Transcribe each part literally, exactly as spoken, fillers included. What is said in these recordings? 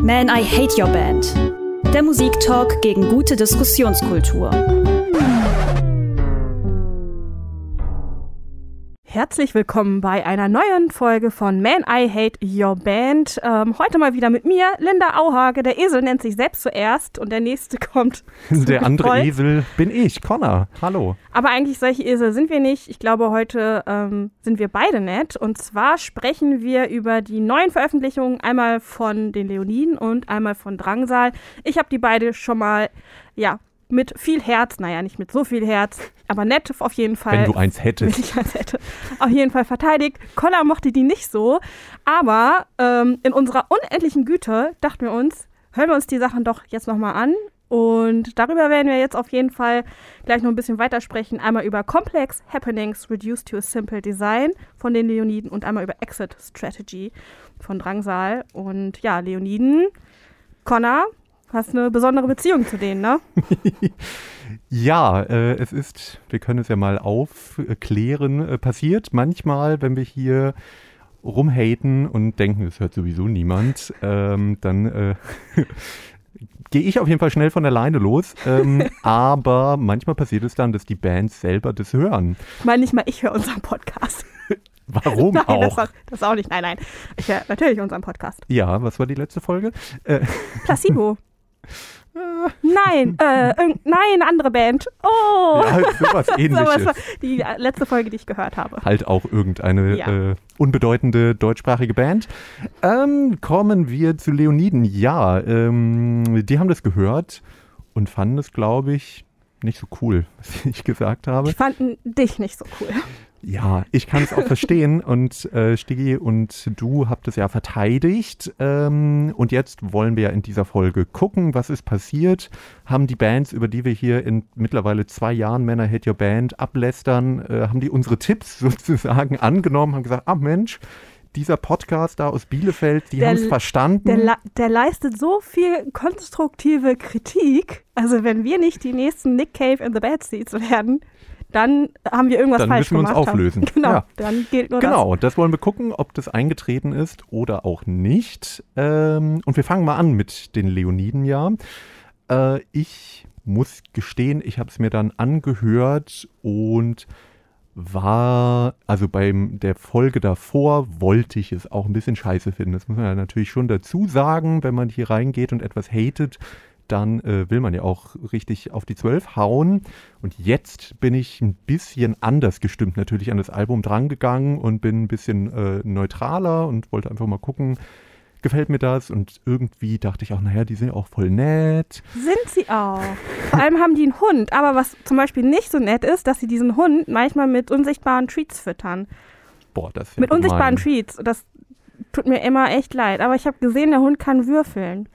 Man, I Hate Your Band. Der Musiktalk gegen gute Diskussionskultur. Herzlich willkommen bei einer neuen Folge von Man, I Hate Your Band. Ähm, heute mal wieder mit mir, Linda Auhage. Der Esel nennt sich selbst zuerst und der nächste kommt. Der andere Gefolg. Esel bin ich, Connor. Hallo. Aber eigentlich solche Esel sind wir nicht. Ich glaube, heute ähm, sind wir beide nett. Und zwar sprechen wir über die neuen Veröffentlichungen, einmal von den Leoniden und einmal von Drangsal. Ich habe die beide schon mal, ja, mit viel Herz, naja, nicht mit so viel Herz, aber nett auf jeden Fall. Wenn du eins hättest. Wenn ich eins hätte. Auf jeden Fall verteidigt. Connor mochte die nicht so, aber ähm, in unserer unendlichen Güte dachten wir uns, hören wir uns die Sachen doch jetzt nochmal an. Und darüber werden wir jetzt auf jeden Fall gleich noch ein bisschen weitersprechen. Einmal über Complex Happenings Reduced to a Simple Design von den Leoniden und einmal über Exit Strategy von Drangsal. Und ja, Leoniden, Connor, hast eine besondere Beziehung zu denen, ne? Ja, äh, es ist, wir können es ja mal aufklären, äh, passiert manchmal, wenn wir hier rumhaten und denken, es hört sowieso niemand, ähm, dann äh, gehe ich auf jeden Fall schnell von der Leine los. Ähm, aber manchmal passiert es dann, dass die Bands selber das hören. Ich meine, nicht mal ich höre unseren Podcast. Warum nein, auch? Das, das auch nicht, nein, nein. Ich höre natürlich unseren Podcast. Ja, was war die letzte Folge? Äh, Placebo. Nein, äh, irg- nein, eine andere Band. Oh! Ja, sowas Ähnliches. So, die letzte Folge, die ich gehört habe. Halt auch irgendeine ja. äh, unbedeutende deutschsprachige Band. Ähm, kommen wir zu Leoniden. Ja, ähm, die haben das gehört und fanden es, glaube ich, nicht so cool, was ich gesagt habe. Ich fand dich nicht so cool. Ja, ich kann es auch verstehen und äh, Stiggi und du habt es ja verteidigt ähm, und jetzt wollen wir ja in dieser Folge gucken, was ist passiert. Haben die Bands, über die wir hier in mittlerweile zwei Jahren Man, I Hate Your Band ablästern, äh, haben die unsere Tipps sozusagen angenommen, haben gesagt, ah Mensch, dieser Podcast da aus Bielefeld, die haben es verstanden. Der, la- der leistet so viel konstruktive Kritik, also wenn wir nicht die nächsten Nick Cave in the Bad Seeds werden, dann haben wir irgendwas dann falsch gemacht. Dann müssen wir uns auflösen. Haben. Genau, ja. dann gilt nur genau, das. das wollen wir gucken, ob das eingetreten ist oder auch nicht. Ähm, und wir fangen mal an mit den Leoniden, ja. Äh, ich muss gestehen, ich habe es mir dann angehört und war, also bei der Folge davor wollte ich es auch ein bisschen scheiße finden. Das muss man ja natürlich schon dazu sagen, wenn man hier reingeht und etwas hatet, dann äh, will man ja auch richtig auf die zwölf hauen. Und jetzt bin ich ein bisschen anders gestimmt natürlich an das Album drangegangen und bin ein bisschen äh, neutraler und wollte einfach mal gucken, gefällt mir das? Und irgendwie dachte ich auch, naja, die sind auch voll nett. Sind sie auch. Vor allem haben die einen Hund. Aber was zum Beispiel nicht so nett ist, dass sie diesen Hund manchmal mit unsichtbaren Treats füttern. Boah, das ist ja Mit gemein. unsichtbaren Treats. Das tut mir immer echt leid. Aber ich habe gesehen, der Hund kann würfeln.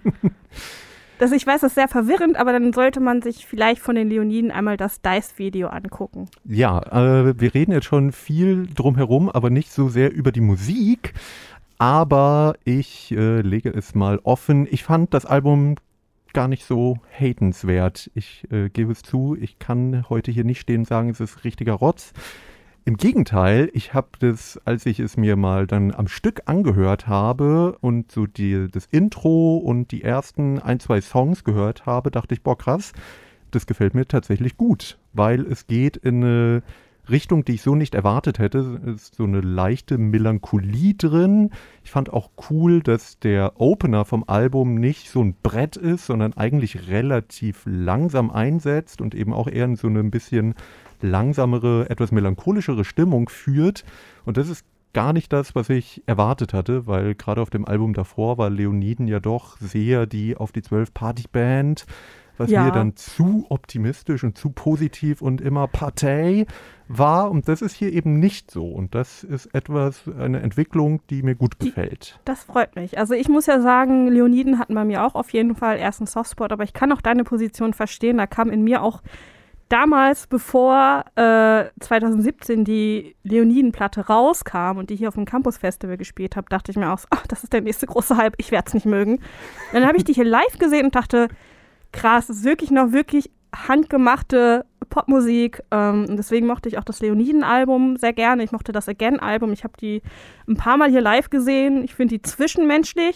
Das, ich weiß, das ist sehr verwirrend, aber dann sollte man sich vielleicht von den Leoniden einmal das Dice-Video angucken. Ja, äh, wir reden jetzt schon viel drumherum, aber nicht so sehr über die Musik. Aber ich äh, lege es mal offen. Ich fand das Album gar nicht so hatenswert. Ich äh, gebe es zu, ich kann heute hier nicht stehen und sagen, es ist richtiger Rotz. Im Gegenteil, ich habe das, als ich es mir mal dann am Stück angehört habe und so die, das Intro und die ersten ein, zwei Songs gehört habe, dachte ich, boah krass, das gefällt mir tatsächlich gut, weil es geht in eine Richtung, die ich so nicht erwartet hätte. Es ist so eine leichte Melancholie drin. Ich fand auch cool, dass der Opener vom Album nicht so ein Brett ist, sondern eigentlich relativ langsam einsetzt und eben auch eher in so eine ein bisschen langsamere, etwas melancholischere Stimmung führt. Und das ist gar nicht das, was ich erwartet hatte, weil gerade auf dem Album davor war Leoniden ja doch sehr die auf die zwölf Partyband, was ja. mir dann zu optimistisch und zu positiv und immer Partei war. Und das ist hier eben nicht so. Und das ist etwas, eine Entwicklung, die mir gut die, gefällt. Das freut mich. Also ich muss ja sagen, Leoniden hatten bei mir auch auf jeden Fall erst einen Softspot, aber ich kann auch deine Position verstehen. Da kam in mir auch damals, bevor äh, zwanzig siebzehn die Leoniden-Platte rauskam und die hier auf dem Campus-Festival gespielt habe, dachte ich mir auch, ach, das ist der nächste große Hype, ich werde es nicht mögen. Dann habe ich die hier live gesehen und dachte, krass, das ist wirklich noch wirklich handgemachte Popmusik. Ähm, und deswegen mochte ich auch das Leoniden-Album sehr gerne. Ich mochte das Again-Album. Ich habe die ein paar Mal hier live gesehen. Ich finde die zwischenmenschlich,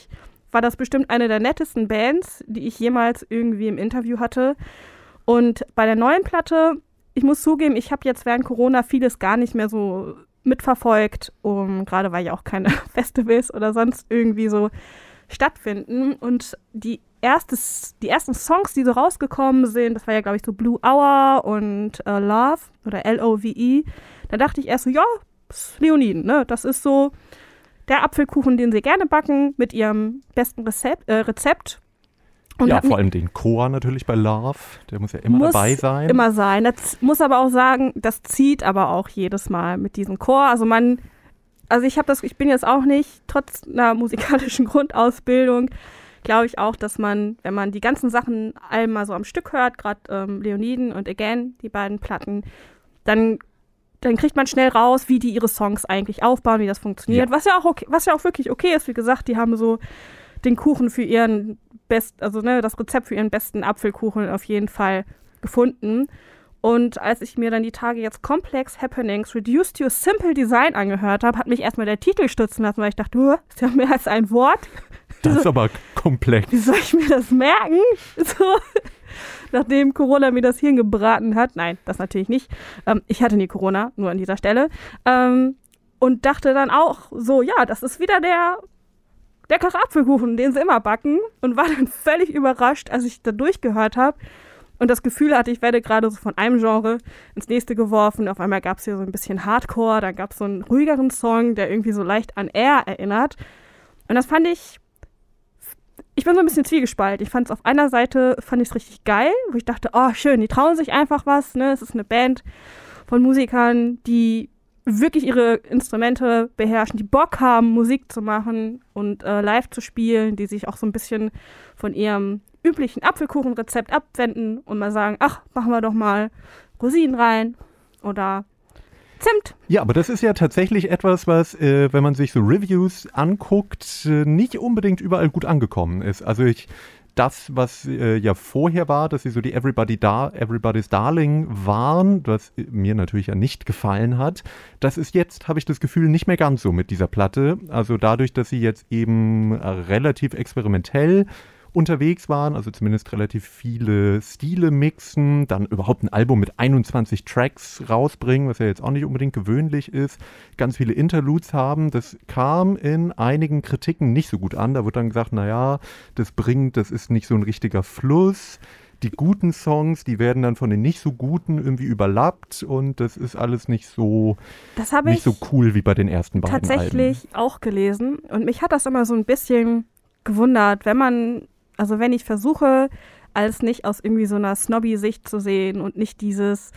war das bestimmt eine der nettesten Bands, die ich jemals irgendwie im Interview hatte. Und bei der neuen Platte, ich muss zugeben, ich habe jetzt während Corona vieles gar nicht mehr so mitverfolgt, um, gerade weil ja auch keine Festivals oder sonst irgendwie so stattfinden. Und die, erstes, die ersten Songs, die so rausgekommen sind, das war ja, glaube ich, so Blue Hour und äh, Love oder L O V E, da dachte ich erst so, ja, das ist Leoniden, ne? Das ist so der Apfelkuchen, den sie gerne backen, mit ihrem besten Rezept. Äh, Rezept. Und ja, vor allem den Chor natürlich bei Love, der muss ja immer muss dabei sein. immer sein. Das muss aber auch sagen, das zieht aber auch jedes Mal mit diesem Chor. Also man, also ich habe das, ich bin jetzt auch nicht, trotz einer musikalischen Grundausbildung, glaube ich auch, dass man, wenn man die ganzen Sachen einmal so am Stück hört, gerade ähm, Leoniden und Again, die beiden Platten, dann dann kriegt man schnell raus, wie die ihre Songs eigentlich aufbauen, wie das funktioniert. Ja. Was ja auch okay, was ja auch wirklich okay ist, wie gesagt, die haben so den Kuchen für ihren best, also ne, das Rezept für ihren besten Apfelkuchen auf jeden Fall gefunden. Und als ich mir dann die Tage jetzt Complex Happenings Reduced to a Simple Design angehört habe, hat mich erstmal der Titel stützen lassen, weil ich dachte, oh, ist ja mehr als ein Wort. Das ist aber komplex. Wie soll ich mir das merken? So. Nachdem Corona mir das Hirn gebraten hat. Nein, das natürlich nicht. Ähm, ich hatte nie Corona, nur an dieser Stelle. Ähm, und dachte dann auch so, ja, das ist wieder der leckere Apfelkuchen, den sie immer backen. Und war dann völlig überrascht, als ich da durchgehört habe. Und das Gefühl hatte, ich werde gerade so von einem Genre ins nächste geworfen. Auf einmal gab es hier so ein bisschen Hardcore, dann gab es so einen ruhigeren Song, der irgendwie so leicht an Air erinnert. Und das fand ich Ich bin so ein bisschen zwiegespalten. Ich fand es auf einer Seite, fand ich es richtig geil, wo ich dachte, oh schön, die trauen sich einfach was, ne? Es ist eine Band von Musikern, die wirklich ihre Instrumente beherrschen, die Bock haben, Musik zu machen und äh, live zu spielen, die sich auch so ein bisschen von ihrem üblichen Apfelkuchenrezept abwenden und mal sagen, ach, machen wir doch mal Rosinen rein oder Zimt. Ja, aber das ist ja tatsächlich etwas, was, äh, wenn man sich so Reviews anguckt, äh, nicht unbedingt überall gut angekommen ist. Also ich, das, was äh, ja vorher war, dass sie so die Everybody Dar- Everybody's Darling waren, was mir natürlich ja nicht gefallen hat, das ist jetzt, habe ich das Gefühl, nicht mehr ganz so mit dieser Platte. Also dadurch, dass sie jetzt eben äh, relativ experimentell unterwegs waren, also zumindest relativ viele Stile mixen, dann überhaupt ein Album mit einundzwanzig Tracks rausbringen, was ja jetzt auch nicht unbedingt gewöhnlich ist, ganz viele Interludes haben. Das kam in einigen Kritiken nicht so gut an. Da wird dann gesagt, naja, das bringt, das ist nicht so ein richtiger Fluss. Die guten Songs, die werden dann von den nicht so guten irgendwie überlappt und das ist alles nicht so, das habe nicht ich so cool wie bei den ersten beiden Alben. Tatsächlich auch gelesen und mich hat das immer so ein bisschen gewundert, wenn man Also wenn ich versuche, alles nicht aus irgendwie so einer Snobby-Sicht zu sehen und nicht dieses,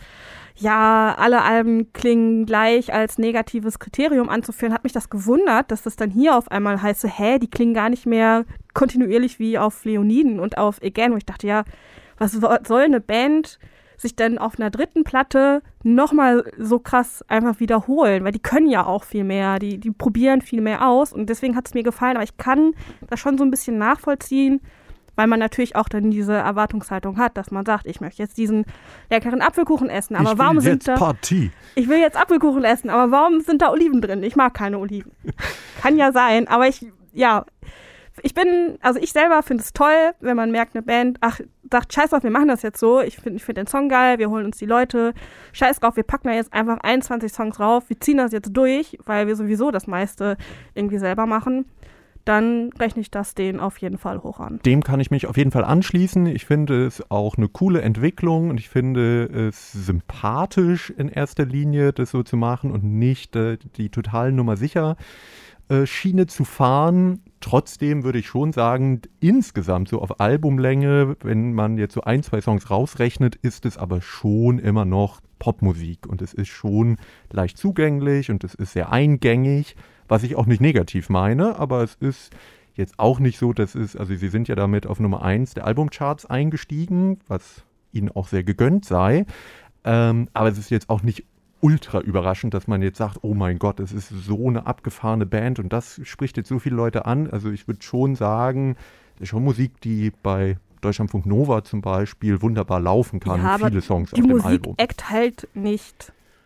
ja, alle Alben klingen gleich als negatives Kriterium anzuführen, hat mich das gewundert, dass das dann hier auf einmal heißt, so, hä, die klingen gar nicht mehr kontinuierlich wie auf Leoniden und auf Again, wo ich dachte, ja, was soll eine Band sich dann auf einer dritten Platte nochmal so krass einfach wiederholen, weil die können ja auch viel mehr, die, die probieren viel mehr aus und deswegen hat es mir gefallen, aber ich kann das schon so ein bisschen nachvollziehen, weil man natürlich auch dann diese Erwartungshaltung hat, dass man sagt, ich möchte jetzt diesen leckeren Apfelkuchen essen, aber ich warum will sind jetzt da Partie. Ich will jetzt Apfelkuchen essen, aber warum sind da Oliven drin? Ich mag keine Oliven. Kann ja sein, aber ich, ja, ich bin, also ich selber finde es toll, wenn man merkt, eine Band, ach, sagt, scheiß drauf, wir machen das jetzt so, ich finde ich find den Song geil, wir holen uns die Leute, scheiß drauf, wir packen da jetzt einfach einundzwanzig Songs drauf, wir ziehen das jetzt durch, weil wir sowieso das meiste irgendwie selber machen. Dann rechne ich das denen auf jeden Fall hoch an. Dem kann ich mich auf jeden Fall anschließen. Ich finde es auch eine coole Entwicklung und ich finde es sympathisch in erster Linie, das so zu machen und nicht äh, die total Nummer sicher äh, Schiene zu fahren. Trotzdem würde ich schon sagen, insgesamt so auf Albumlänge, wenn man jetzt so ein, zwei Songs rausrechnet, ist es aber schon immer noch Popmusik und es ist schon leicht zugänglich und es ist sehr eingängig. Was ich auch nicht negativ meine, aber es ist jetzt auch nicht so, dass es, also sie sind ja damit auf Nummer eins der Albumcharts eingestiegen, was ihnen auch sehr gegönnt sei. Ähm, aber es ist jetzt auch nicht ultra überraschend, dass man jetzt sagt, oh mein Gott, es ist so eine abgefahrene Band und das spricht jetzt so viele Leute an. Also ich würde schon sagen, das ist schon Musik, die bei Deutschlandfunk Nova zum Beispiel wunderbar laufen kann. Ja, viele Songs die auf dem Musik Album. Die Musik eckt halt nicht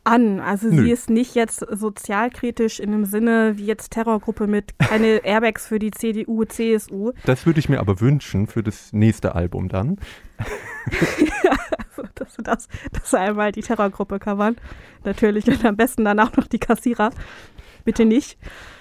an. Also Nö. sie ist nicht jetzt sozialkritisch in dem Sinne wie jetzt Terrorgruppe mit keine Airbags für die C D U, C S U. Das würde ich mir aber wünschen für das nächste Album dann. Ja, also dass das, das einmal die Terrorgruppe covern. Natürlich und am besten danach noch die Kassierer. Bitte nicht.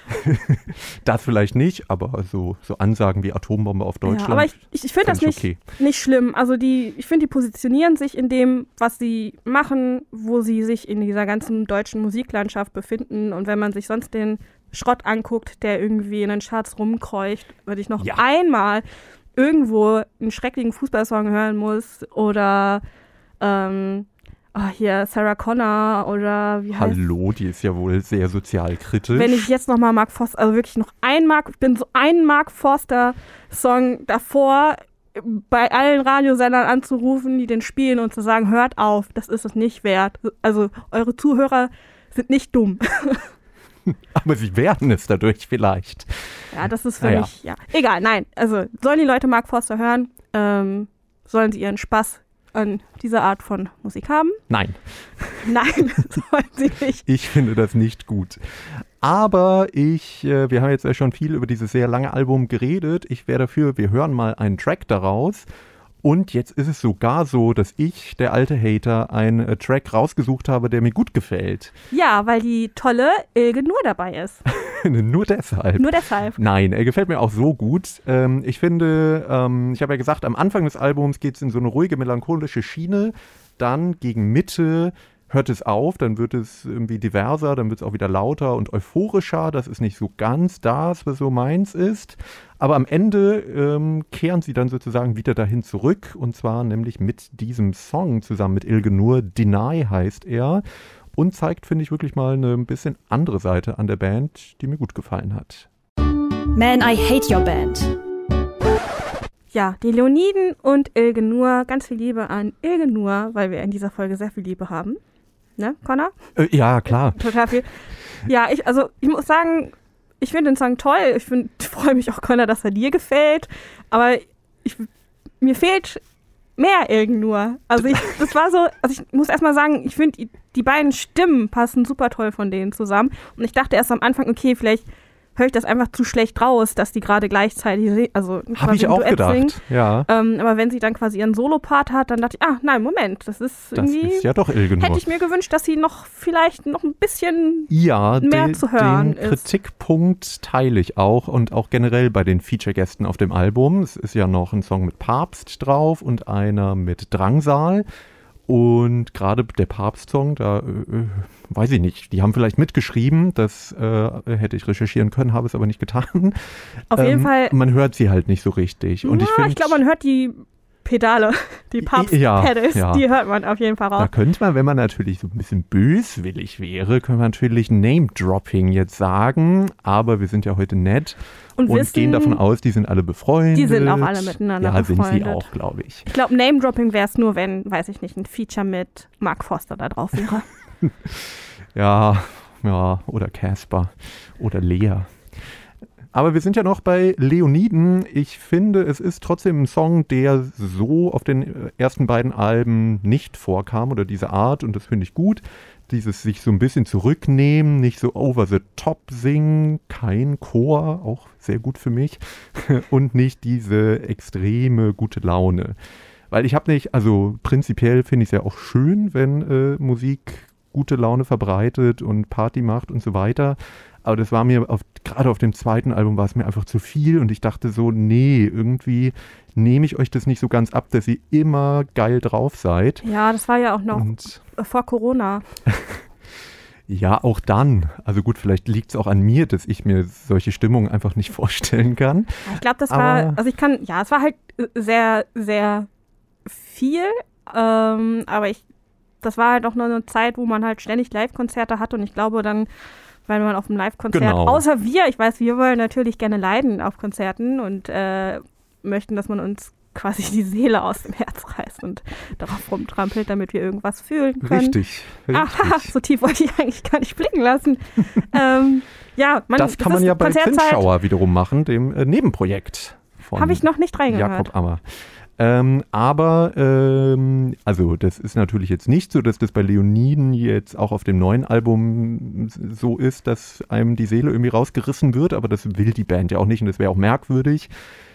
Das vielleicht nicht, aber so, so Ansagen wie Atombombe auf Deutschland. Ja, aber ich, ich, ich finde das nicht, okay. nicht schlimm. Also die, ich finde, die positionieren sich in dem, was sie machen, wo sie sich in dieser ganzen deutschen Musiklandschaft befinden. Und wenn man sich sonst den Schrott anguckt, der irgendwie in den Charts rumkreucht, würde ich noch Ja. einmal irgendwo einen schrecklichen Fußballsong hören muss oder ähm, oh, hier Sarah Connor oder wie heißt Hallo, die ist ja wohl sehr sozialkritisch. wenn ich jetzt nochmal Mark Forster, also wirklich noch einen Mark, ich bin so einen Mark Forster-Song davor, bei allen Radiosendern anzurufen, die den spielen und zu sagen, hört auf, das ist es nicht wert. Also eure Zuhörer sind nicht dumm. Aber sie werden es dadurch vielleicht. Ja, das ist für Naja. mich, ja. Egal, nein. Also sollen die Leute Mark Forster hören, ähm, sollen sie ihren Spaß an dieser Art von Musik haben? Nein, Nein, sollen sie nicht. ich finde das nicht gut. Aber ich, äh, wir haben jetzt ja schon viel über dieses sehr lange Album geredet. Ich wäre dafür, wir hören mal einen Track daraus. Und jetzt ist es sogar so, dass ich, der alte Hater, einen äh, Track rausgesucht habe, der mir gut gefällt. Ja, weil die tolle Ilge Nur dabei ist. Nur deshalb. Nur deshalb. Nein, er gefällt mir auch so gut. Ähm, ich finde, ähm, ich habe ja gesagt, am Anfang des Albums geht es in so eine ruhige, melancholische Schiene. Dann gegen Mitte hört es auf, dann wird es irgendwie diverser, dann wird es auch wieder lauter und euphorischer. Das ist nicht so ganz das, was so meins ist. Aber am Ende ähm, kehren sie dann sozusagen wieder dahin zurück. Und zwar nämlich mit diesem Song zusammen mit Ilge Nur. Deny heißt er. Und zeigt, finde ich, wirklich mal eine ein bisschen andere Seite an der Band, die mir gut gefallen hat. Man, I Hate Your Band. Ja, die Leoniden und Ilge Nur. Ganz viel Liebe an Ilge Nur, weil wir in dieser Folge sehr viel Liebe haben. Ne, Connor? Äh, ja, klar. Total viel. Ja, ich, also ich muss sagen, ich finde den Song toll. Ich, find- ich freue mich auch, Connor, dass er dir gefällt. Aber ich, mir fehlt mehr Ilge Nur. Also ich, das war so, also ich muss erstmal sagen, ich finde, die, die beiden Stimmen passen super toll von denen zusammen. Und ich dachte erst am Anfang, okay, vielleicht höre ich das einfach zu schlecht raus, dass die gerade gleichzeitig, se- also Habe quasi ich im auch Duett gedacht. singen. Ja, Ähm, aber wenn sie dann quasi ihren Solopart hat, dann dachte ich, ah, nein, Moment, das ist das irgendwie, ist ja doch Ilge Nur. hätte ich mir gewünscht, dass sie noch vielleicht noch ein bisschen, Ja, mehr de- zu hören den ist. Kritikpunkt teile ich auch und auch generell bei den Feature-Gästen auf dem Album. Es ist ja noch ein Song mit Papst drauf und einer mit Drangsal. Und gerade der Papst-Song, da äh, weiß ich nicht, die haben vielleicht mitgeschrieben, das äh, hätte ich recherchieren können, habe es aber nicht getan. auf jeden Ähm, Fall, Man hört sie halt nicht so richtig. Und na, ich finde, ich glaube, man hört die Pedale, die Ja, Papst-Pedals, ja. die hört man auf jeden Fall da raus. könnte man, wenn man natürlich so ein bisschen böswillig wäre, könnte man natürlich Name-Dropping jetzt sagen, aber wir sind ja heute nett Und und wissen, gehen davon aus, die sind alle befreundet. Die sind auch alle miteinander Ja, sind sie befreundet. auch, glaube ich. ich glaube, Name-Dropping wäre es nur, wenn, weiß ich nicht, ein Feature mit Mark Forster da drauf wäre. Ja, ja, oder Casper oder Lea. Aber wir sind ja noch bei Leoniden. Ich finde, es ist trotzdem ein Song, der so auf den ersten beiden Alben nicht vorkam oder diese Art und das finde ich gut. Dieses sich so ein bisschen zurücknehmen, nicht so over the top singen, kein Chor, auch sehr gut für mich und nicht diese extreme gute Laune. Weil ich habe nicht, also prinzipiell finde ich es ja auch schön, wenn äh, Musik gute Laune verbreitet und Party macht und so weiter. Aber das war mir, auf, gerade auf dem zweiten Album war es mir einfach zu viel und ich dachte so, nee, irgendwie nehme ich euch das nicht so ganz ab, dass ihr immer geil drauf seid. Ja, das war ja auch noch Und vor Corona. ja, auch dann. Also gut, vielleicht liegt es auch an mir, dass ich mir solche Stimmungen einfach nicht vorstellen kann. Ich glaube, das Aber- war, also ich kann, ja, es war halt sehr, sehr viel, ähm, aber ich, das war halt auch nur eine Zeit, wo man halt ständig Live-Konzerte hatte und ich glaube dann, weil man auf dem Live-Konzert, Genau. außer wir, ich weiß, wir wollen natürlich gerne leiden auf Konzerten und äh, möchten, dass man uns quasi die Seele aus dem Herz reißt und darauf rumtrampelt, damit wir irgendwas fühlen können. Richtig, richtig. Aha, so tief wollte ich eigentlich gar nicht blicken lassen. ähm, ja, man, das kann man ist ja bei Konzertzeit. Zinsschauer wiederum machen, dem äh, Nebenprojekt von Habe ich noch nicht reingehört. Jakob Ammer. Ähm, aber, ähm, also das ist natürlich jetzt nicht so, dass das bei Leoniden jetzt auch auf dem neuen Album so ist, dass einem die Seele irgendwie rausgerissen wird, aber das will die Band ja auch nicht und das wäre auch merkwürdig.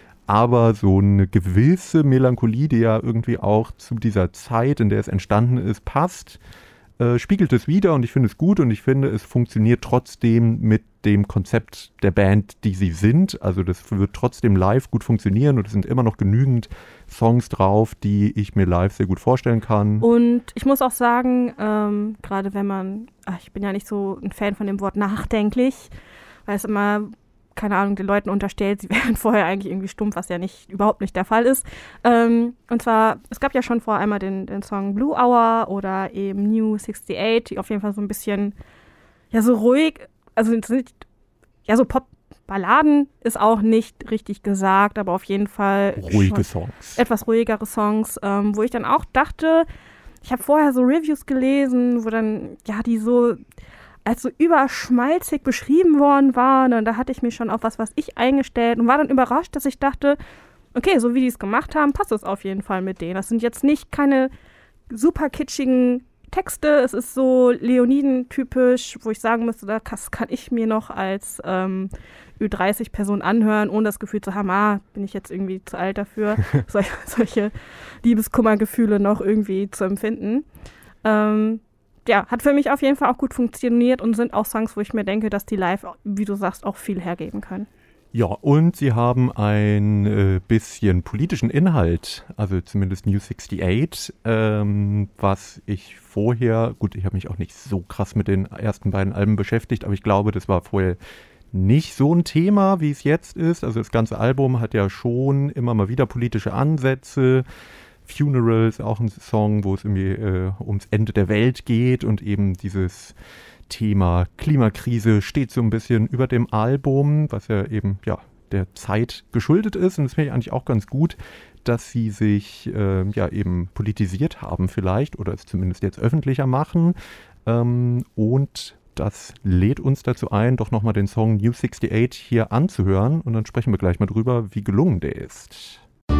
Aber so eine gewisse Melancholie, die ja irgendwie auch zu dieser Zeit, in der es entstanden ist, passt, äh, spiegelt es wider und ich finde es gut und ich finde, es funktioniert trotzdem mit dem Konzept der Band, die sie sind. Also das wird trotzdem live gut funktionieren und es sind immer noch genügend Songs drauf, die ich mir live sehr gut vorstellen kann. Und ich muss auch sagen, ähm, gerade wenn man, ach, ich bin ja nicht so ein Fan von dem Wort nachdenklich, weil es immer, keine Ahnung, den Leuten unterstellt, sie wären vorher eigentlich irgendwie stumpf, was ja nicht überhaupt nicht der Fall ist. Ähm, und zwar, es gab ja schon vor einmal den, den Song Blue Hour oder eben New sixty-eight, die auf jeden Fall so ein bisschen, ja, so ruhig, also nicht, ja, so Pop-Balladen ist auch nicht richtig gesagt, aber auf jeden Fall ruhige Songs. Etwas ruhigere Songs, ähm, wo ich dann auch dachte, ich habe vorher so Reviews gelesen, wo dann, ja, die so als so überschmalzig beschrieben worden waren und da hatte ich mich schon auf was, was ich eingestellt und war dann überrascht, dass ich dachte, okay, so wie die es gemacht haben, passt es auf jeden Fall mit denen. Das sind jetzt nicht keine super kitschigen Texte, es ist so Leoniden-typisch, wo ich sagen müsste, das kann ich mir noch als ähm, Ü dreißig Person anhören, ohne das Gefühl zu haben, ah, bin ich jetzt irgendwie zu alt dafür, Sol- solche Liebeskummergefühle noch irgendwie zu empfinden. Ähm, ja, hat für mich auf jeden Fall auch gut funktioniert und sind auch Songs, wo ich mir denke, dass die live, wie du sagst, auch viel hergeben können. Ja, und sie haben ein äh, bisschen politischen Inhalt, also zumindest New sixty-eight, ähm, was ich vorher, gut, ich habe mich auch nicht so krass mit den ersten beiden Alben beschäftigt, aber ich glaube, das war vorher nicht so ein Thema, wie es jetzt ist. Also das ganze Album hat ja schon immer mal wieder politische Ansätze. Funeral ist auch ein Song, wo es irgendwie äh, ums Ende der Welt geht und eben dieses Thema Klimakrise steht so ein bisschen über dem Album, was ja eben ja der Zeit geschuldet ist. Und das finde ich eigentlich auch ganz gut, dass sie sich äh, ja eben politisiert haben vielleicht oder es zumindest jetzt öffentlicher machen. Ähm, und das lädt uns dazu ein, doch nochmal den Song New sixty-eight hier anzuhören. Und dann sprechen wir gleich mal drüber, wie gelungen der ist.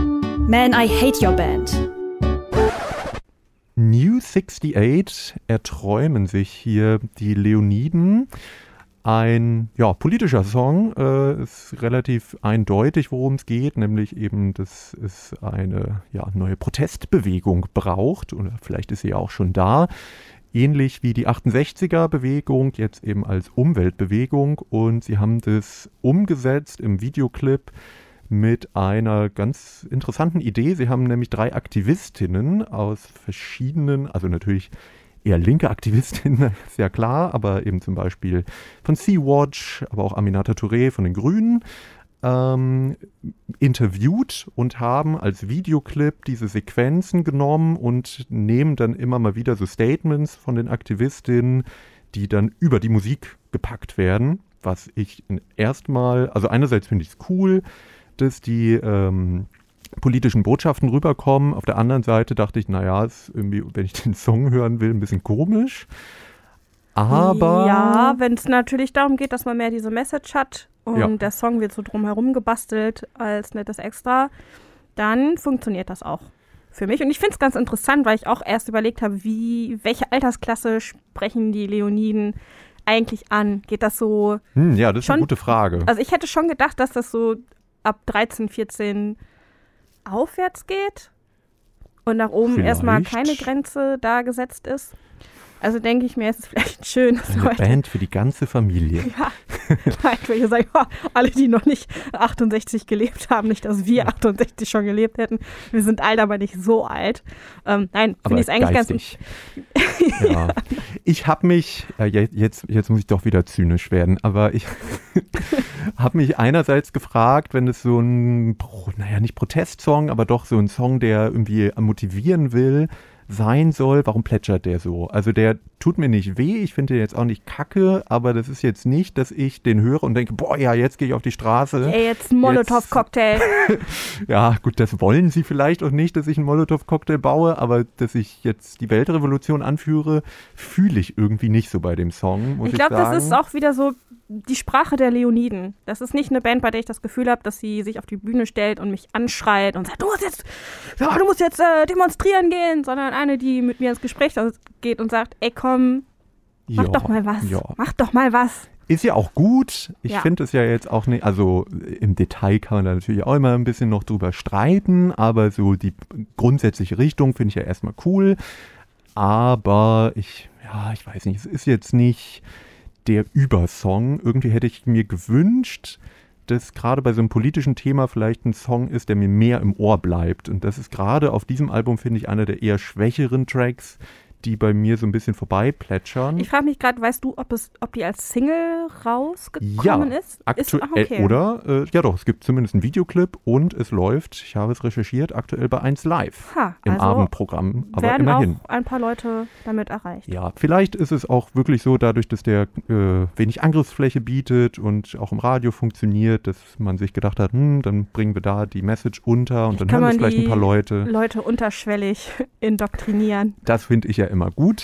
Man, I Hate Your Band. New sixty-eight erträumen sich hier die Leoniden. Ein ja, politischer Song, äh, ist relativ eindeutig, worum es geht, nämlich eben, dass es eine ja, neue Protestbewegung braucht oder vielleicht ist sie ja auch schon da. Ähnlich wie die achtundsechziger-Bewegung, jetzt eben als Umweltbewegung und sie haben das umgesetzt im Videoclip mit einer ganz interessanten Idee. Sie haben nämlich drei Aktivistinnen aus verschiedenen, also natürlich eher linke Aktivistinnen, ist ja klar, aber eben zum Beispiel von Sea-Watch, aber auch Aminata Touré von den Grünen, ähm, interviewt und haben als Videoclip diese Sequenzen genommen und nehmen dann immer mal wieder so Statements von den Aktivistinnen, die dann über die Musik gepackt werden, was ich erstmal, also einerseits finde ich es cool, dass die ähm, politischen Botschaften rüberkommen. Auf der anderen Seite dachte ich, naja, ist irgendwie, wenn ich den Song hören will, ein bisschen komisch. Aber ja, wenn es natürlich darum geht, dass man mehr diese Message hat und ja. der Song wird so drumherum gebastelt als nettes Extra, dann funktioniert das auch für mich. Und ich finde es ganz interessant, weil ich auch erst überlegt habe, wie, welche Altersklasse sprechen die Leoniden eigentlich an? Geht das so? Hm, ja, das ist schon, eine gute Frage. Also ich hätte schon gedacht, dass das so ab dreizehn, vierzehn aufwärts geht und nach oben Vielleicht. erstmal keine Grenze da gesetzt ist. Also denke ich mir, es ist vielleicht schön, dass Eine Leute... Band für die ganze Familie. Ja, nein, ich will hier sagen, oh, alle, die noch nicht achtundsechzig gelebt haben, nicht, dass wir achtundsechzig schon gelebt hätten. Wir sind alt, aber nicht so alt. Ähm, nein, finde ich es eigentlich geistig. ganz... ja. Ich habe mich, äh, jetzt, jetzt muss ich doch wieder zynisch werden, aber ich habe mich einerseits gefragt, wenn es so ein, naja, nicht Protestsong, aber doch so ein Song, der irgendwie motivieren will, sein soll, warum plätschert der so? Also der tut mir nicht weh, ich finde den jetzt auch nicht kacke, aber das ist jetzt nicht, dass ich den höre und denke, boah, ja, jetzt gehe ich auf die Straße. Ey, jetzt ein Molotow-Cocktail. Ja, gut, das wollen sie vielleicht auch nicht, dass ich einen Molotow-Cocktail baue, aber dass ich jetzt die Weltrevolution anführe, fühle ich irgendwie nicht so bei dem Song, muss ich, ich glaube, sagen. das ist auch wieder so die Sprache der Leoniden. Das ist nicht eine Band, bei der ich das Gefühl habe, dass sie sich auf die Bühne stellt und mich anschreit und sagt, du musst jetzt, ja, du musst jetzt äh, demonstrieren gehen, sondern eine, die mit mir ins Gespräch geht und sagt, ey, komm, mach Ja, doch mal was, ja. mach doch mal was. Ist ja auch gut. Ich Ja. finde es ja jetzt auch nicht, also im Detail kann man da natürlich auch immer ein bisschen noch drüber streiten, aber so die grundsätzliche Richtung finde ich ja erstmal cool. Aber ich, ja, ich weiß nicht, es ist jetzt nicht der Übersong. Irgendwie hätte ich mir gewünscht, dass gerade bei so einem politischen Thema vielleicht ein Song ist, der mir mehr im Ohr bleibt. Und das ist gerade auf diesem Album, finde ich, einer der eher schwächeren Tracks, die bei mir so ein bisschen vorbei plätschern. Ich frage mich gerade, weißt du, ob, es, ob die als Single rausgekommen Ja, ist? aktuell, ist okay. oder, äh, ja doch, es gibt zumindest einen Videoclip und es läuft, ich habe es recherchiert, aktuell bei eins Live Ha, im also Abendprogramm, aber werden immerhin. auch ein paar Leute damit erreicht. Ja, vielleicht ist es auch wirklich so, dadurch, dass der äh, wenig Angriffsfläche bietet und auch im Radio funktioniert, dass man sich gedacht hat, hm, dann bringen wir da die Message unter und dann Kann hören man es vielleicht die ein paar Leute. Leute unterschwellig indoktrinieren. Das finde ich ja immer gut.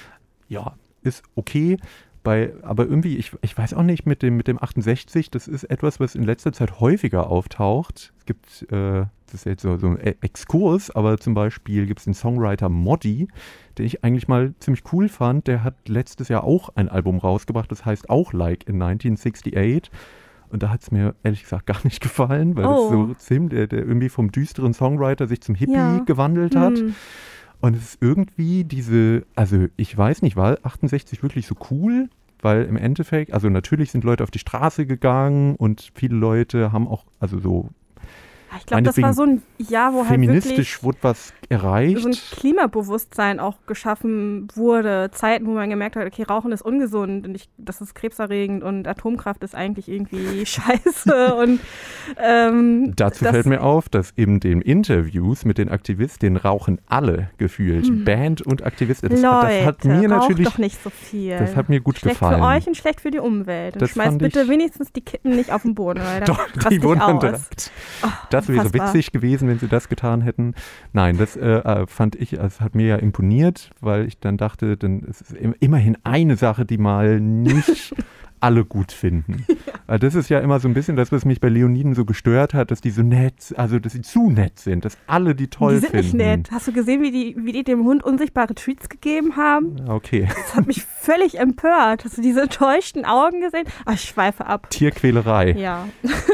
Ja, ist okay. Bei, aber irgendwie, ich, ich weiß auch nicht, mit dem, mit dem achtundsechzig, das ist etwas, was in letzter Zeit häufiger auftaucht. Es gibt, äh, das ist jetzt so, so ein Exkurs, aber zum Beispiel gibt es den Songwriter Moddy, den ich eigentlich mal ziemlich cool fand. Der hat letztes Jahr auch ein Album rausgebracht, das heißt auch Like in neunzehnhundertachtundachtzig. Und da hat es mir ehrlich gesagt gar nicht gefallen, weil Oh. es so ziemlich, der, der irgendwie vom düsteren Songwriter sich zum Hippie Ja. gewandelt hat. Hm. Und es ist irgendwie diese, also ich weiß nicht, war achtundsechzig wirklich so cool? Weil im Endeffekt, also natürlich sind Leute auf die Straße gegangen und viele Leute haben auch, also so Ich glaube, das war so ein Jahr, wo halt feministisch wirklich wurde was erreicht. so ein Klimabewusstsein auch geschaffen wurde. Zeiten, wo man gemerkt hat, okay, Rauchen ist ungesund und ich, das ist krebserregend und Atomkraft ist eigentlich irgendwie scheiße. und ähm, Dazu das, fällt mir auf, dass in den Interviews mit den Aktivistinnen rauchen alle gefühlt, Hm. Band und Aktivisten. Das, Leute, das hat mir raucht natürlich, doch nicht so viel. das hat mir gut schlecht gefallen. für euch und schlecht für die Umwelt. Und Das schmeißt fand bitte ich- wenigstens die Kippen nicht auf den Boden, weil dann Doch, raste die ich wurden aus. direkt. Oh, Das wäre unfassbar. witzig gewesen, wenn sie das getan hätten. Nein, das äh, äh, fand ich, es hat mir ja imponiert, weil ich dann dachte, dann ist es im- immerhin eine Sache, die mal nicht alle gut finden. Weil das ist ja immer so ein bisschen das, was mich bei Leoniden so gestört hat, dass die so nett, also dass sie zu nett sind, dass alle die toll Die sind finden. nicht nett. Hast du gesehen, wie die, wie die dem Hund unsichtbare Treats gegeben haben? Ja, okay. Das hat mich völlig empört. Hast du diese enttäuschten Augen gesehen? Ach, ich schweife ab. Tierquälerei. Ja.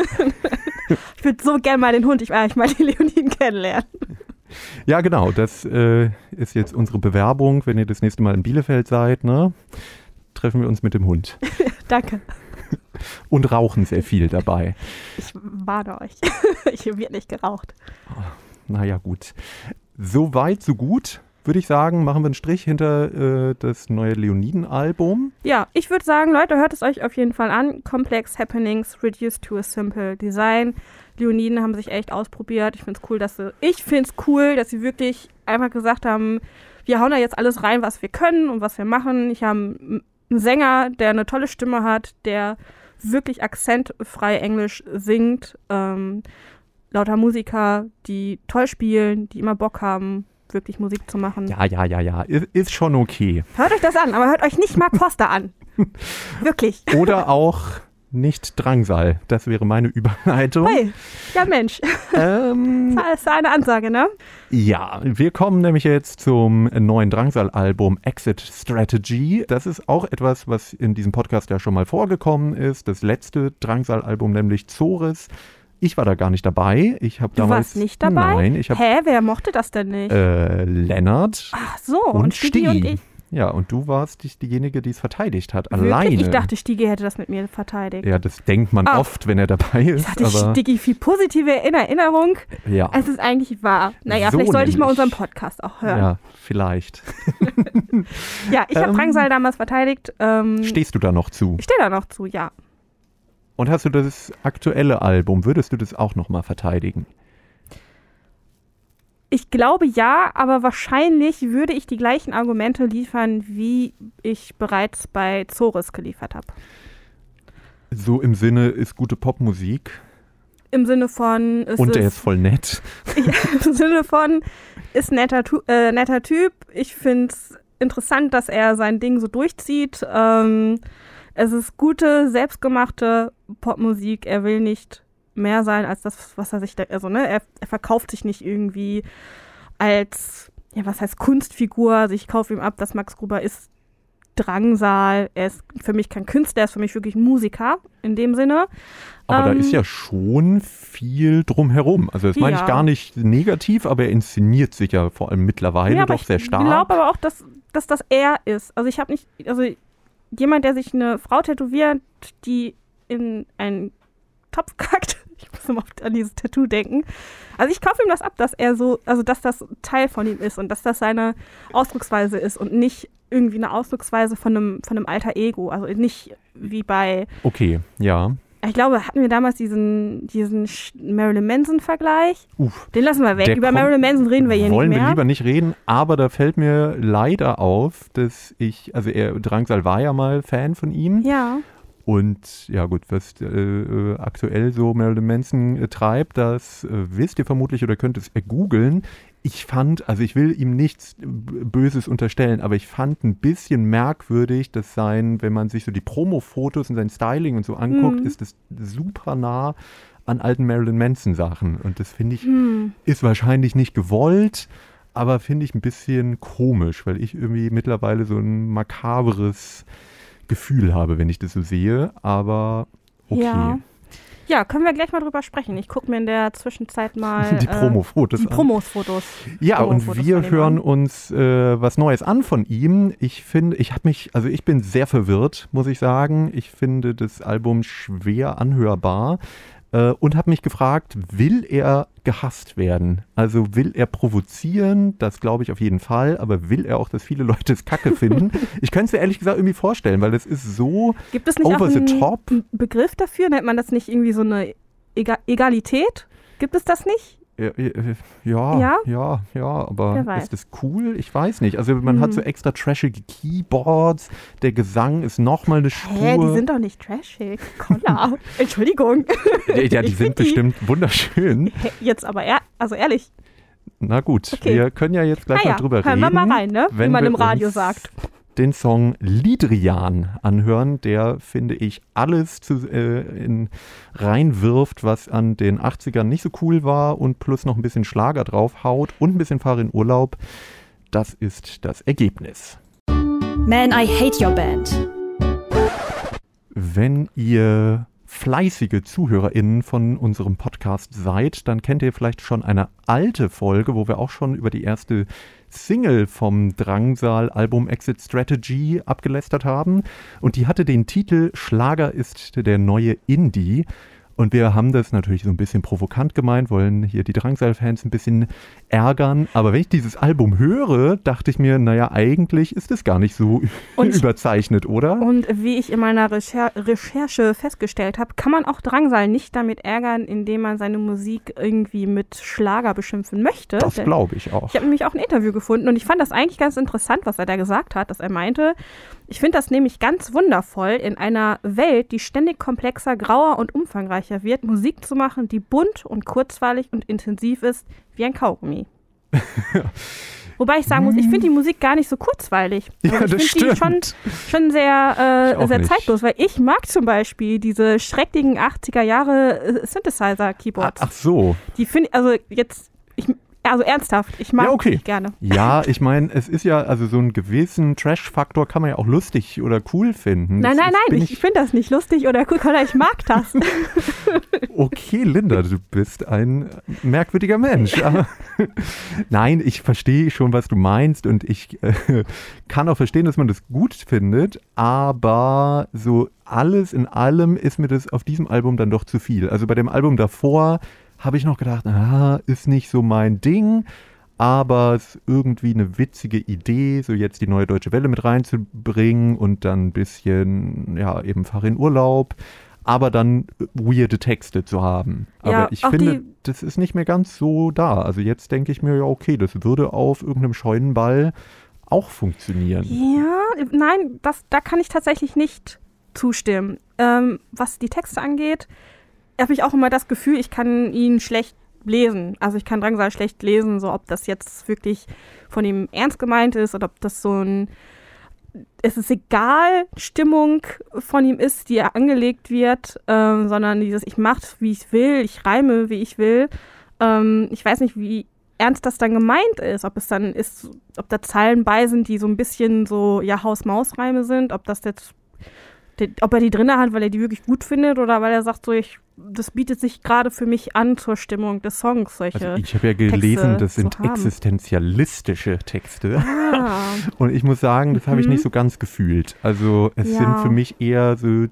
Ich würde so gerne mal den Hund, ich, ah, ich mal die Leoniden kennenlernen. Ja, genau. Das äh, ist jetzt unsere Bewerbung. Wenn ihr das nächste Mal in Bielefeld seid, ne, treffen wir uns mit dem Hund. Danke. Und rauchen sehr viel dabei. Ich warne euch. Hier wird nicht geraucht. Naja, gut. So weit, so gut. Würde ich sagen, machen wir einen Strich hinter äh, das neue Leoniden-Album. Ja, ich würde sagen, Leute, hört es euch auf jeden Fall an. Complex Happenings, Reduced to a Simple Design. Leoniden haben sich echt ausprobiert. Ich finde es cool, dass sie, ich finde es cool, dass sie wirklich einfach gesagt haben, wir hauen da jetzt alles rein, was wir können und was wir machen. Ich habe einen Sänger, der eine tolle Stimme hat, der wirklich akzentfrei Englisch singt. Ähm, lauter Musiker, die toll spielen, die immer Bock haben, wirklich Musik zu machen. Ja, ja, ja, ja. Ist, ist schon okay. Hört euch das an, aber hört euch nicht Mark Foster an. Wirklich. Oder auch nicht Drangsal. Das wäre meine Überleitung. Hey, ja Mensch, Ähm, das ist eine Ansage, ne? ja, wir kommen nämlich jetzt zum neuen Drangsal-Album Exit Strategy. Das ist auch etwas, was in diesem Podcast ja schon mal vorgekommen ist. Das letzte Drangsal-Album, nämlich Zores. Ich war da gar nicht dabei. Ich habe Du damals warst nicht dabei? Nein, ich habe Hä, wer mochte das denn nicht? äh, Lennart Ach so, und, und Stigi und ich. Ja, und du warst die, diejenige, die es verteidigt hat, Wirklich? alleine. Ich dachte, Stigi hätte das mit mir verteidigt. Ja, das denkt man Ah. oft, wenn er dabei ist. Ich hatte aber Stigi viel positive in Erinnerung, ja, als es eigentlich war. Naja, So vielleicht sollte ich mal nämlich. unseren Podcast auch hören. ja, vielleicht. Ja, ich habe Ähm, Drangsal damals verteidigt. Ähm, Stehst du da noch zu? ich stehe da noch zu, ja. Und hast du das aktuelle Album, würdest du das auch nochmal verteidigen? Ich glaube ja, aber wahrscheinlich würde ich die gleichen Argumente liefern, wie ich bereits bei Zores geliefert habe. So im Sinne, ist gute Popmusik. im Sinne von... Ist Und er es, ist voll nett. Ja, im Sinne von, ist netter, äh, netter Typ. Ich finde es interessant, dass er sein Ding so durchzieht. Ähm, es ist gute, selbstgemachte Popmusik. Er will nicht mehr sein als das, was er sich da, also ne, er, er verkauft sich nicht irgendwie als, ja, was heißt Kunstfigur. Also ich kaufe ihm ab, dass Max Gruber ist Drangsal. Er ist für mich kein Künstler, er ist für mich wirklich ein Musiker in dem Sinne. Aber ähm, da ist ja schon viel drumherum. Also das meine ja. ich gar nicht negativ, aber er inszeniert sich ja vor allem mittlerweile ja, doch sehr stark. Ich glaube aber auch, dass, dass das er ist. Also ich habe nicht, also jemand, der sich eine Frau tätowiert, die in einen Topf kackt. Ich muss immer an dieses Tattoo denken. Also ich kaufe ihm das ab, dass er so, also dass das Teil von ihm ist und dass das seine Ausdrucksweise ist und nicht irgendwie eine Ausdrucksweise von einem, von einem alter Ego. Also nicht wie bei... Okay, ja. Ich glaube, hatten wir damals diesen, diesen Marilyn Manson-Vergleich? Uff, Den lassen wir weg. der Über kommt- Marilyn Manson reden wir hier nicht Wollen mehr. wir lieber nicht reden, aber da fällt mir leider auf, dass ich, also er, Drangsal war ja mal Fan von ihm. Ja. Und ja gut, was äh, äh, aktuell so Marilyn Manson äh, treibt, das äh, wisst ihr vermutlich oder könnt es äh, googeln. Ich fand, also ich will ihm nichts äh, Böses unterstellen, aber ich fand ein bisschen merkwürdig, dass sein, wenn man sich so die Promo-Fotos und sein Styling und so anguckt, Mhm. ist das super nah an alten Marilyn Manson Sachen. Und das finde ich, Hm. ist wahrscheinlich nicht gewollt, aber finde ich ein bisschen komisch, weil ich irgendwie mittlerweile so ein makaberes Gefühl habe, wenn ich das so sehe, aber okay. Ja. Ja, können wir gleich mal drüber sprechen. Ich gucke mir in der Zwischenzeit mal Die äh, Promo-Fotos die an. Promos-Fotos. Ja, und Promo-Fotos wir von ihm hören an. uns äh, was Neues an von ihm. Ich finde, ich habe mich, also ich bin sehr verwirrt, muss ich sagen. Ich finde das Album schwer anhörbar äh, und habe mich gefragt, will er gehasst werden? Also will er provozieren? Das glaube ich auf jeden Fall. Aber will er auch, dass viele Leute es kacke finden? Ich könnte es mir ehrlich gesagt irgendwie vorstellen, weil es ist so Gibt es nicht over auch the einen, top. einen Begriff dafür? Nennt man das nicht irgendwie so eine Ega- Egalität? Gibt es das nicht? Ja, ja, Ja? ja, ja, aber Wer weiß. ist das cool? Ich weiß nicht. Also man Hm. hat so extra trashige Keyboards, der Gesang ist nochmal eine Spur. Hä, die sind doch nicht trashig. Kolla. Entschuldigung. ja, ja, die Ich sind find die- bestimmt wunderschön. Hä, jetzt aber, ehr also ehrlich. Na gut, Okay. wir können ja jetzt gleich Naja, mal drüber hören reden. wir mal rein, ne? Wie wenn man wir im Radio uns sagt. Den Song Liedrian anhören, der, finde ich, alles zu, äh, in, reinwirft, was an den achtzigern nicht so cool war und plus noch ein bisschen Schlager draufhaut und ein bisschen Fahr in Urlaub. Das ist das Ergebnis. Man, I hate your band. Wenn ihr fleißige ZuhörerInnen von unserem Podcast seid, dann kennt ihr vielleicht schon eine alte Folge, wo wir auch schon über die erste Single vom Drangsal-Album Exit Strategy abgelästert haben. Und die hatte den Titel Schlager ist der neue Indie. Und wir haben das natürlich so ein bisschen provokant gemeint, wollen hier die Drangsal-Fans ein bisschen ärgern. Aber wenn ich dieses Album höre, dachte ich mir, naja, eigentlich ist es gar nicht so Und- überzeichnet, oder? Und wie ich in meiner Recher Recherche festgestellt habe, kann man auch Drangsal nicht damit ärgern, indem man seine Musik irgendwie mit Schlager beschimpfen möchte. Das Denn glaube ich auch. ich habe nämlich auch ein Interview gefunden und ich fand das eigentlich ganz interessant, was er da gesagt hat, dass er meinte, ich finde das nämlich ganz wundervoll, in einer Welt, die ständig komplexer, grauer und umfangreicher wird, Musik zu machen, die bunt und kurzweilig und intensiv ist, wie ein Kaugummi. Wobei ich sagen muss, ich finde die Musik gar nicht so kurzweilig. Ja, Also das ich finde die schon, stimmt. schon sehr, Ich auch äh, sehr nicht. zeitlos, weil ich mag zum Beispiel diese schrecklichen achtziger Jahre äh, Ach, Synthesizer-Keyboards. ach so. Die finde ich, also jetzt, ich, also ernsthaft, ich mag Ja, okay. die gerne. Ja, ich meine, es ist ja, also so einen gewissen Trash-Faktor kann man ja auch lustig oder cool finden. Nein, Das nein, ist, nein, bin ich, ich finde das nicht lustig oder cool, sondern ich mag das. Okay, Linda, du bist ein merkwürdiger Mensch. Aber nein, ich verstehe schon, was du meinst und ich äh, kann auch verstehen, dass man das gut findet, aber so alles in allem ist mir das auf diesem Album dann doch zu viel. Also bei dem Album davor habe ich noch gedacht, ah, ist nicht so mein Ding, aber es ist irgendwie eine witzige Idee, so jetzt die Neue Deutsche Welle mit reinzubringen und dann ein bisschen, ja, eben Fahr in Urlaub, aber dann weirde Texte zu haben. Aber Ja, ich auch finde, die- das ist nicht mehr ganz so da. Also jetzt denke ich mir, ja, okay, das würde auf irgendeinem Scheunenball auch funktionieren. Ja, nein, das, da kann ich tatsächlich nicht zustimmen. Ähm, was die Texte angeht, habe ich auch immer das Gefühl, ich kann ihn schlecht lesen. Also ich kann Drangsal schlecht lesen, so ob das jetzt wirklich von ihm ernst gemeint ist oder ob das so ein es ist egal Stimmung von ihm ist, die er angelegt wird, ähm, sondern dieses ich mach's, wie ich will, ich reime, wie ich will. Ähm, ich weiß nicht, wie ernst das dann gemeint ist, ob es dann ist, ob da Zeilen bei sind, die so ein bisschen so ja Haus-Maus-Reime sind, ob das jetzt ob er die drin hat, weil er die wirklich gut findet oder weil er sagt, so ich, das bietet sich gerade für mich an zur Stimmung des Songs. Solche also ich habe ja gelesen, Texte das sind existenzialistische Texte. Ah. Und ich muss sagen, das habe ich Mhm. nicht so ganz gefühlt. Also es Ja. sind für mich eher so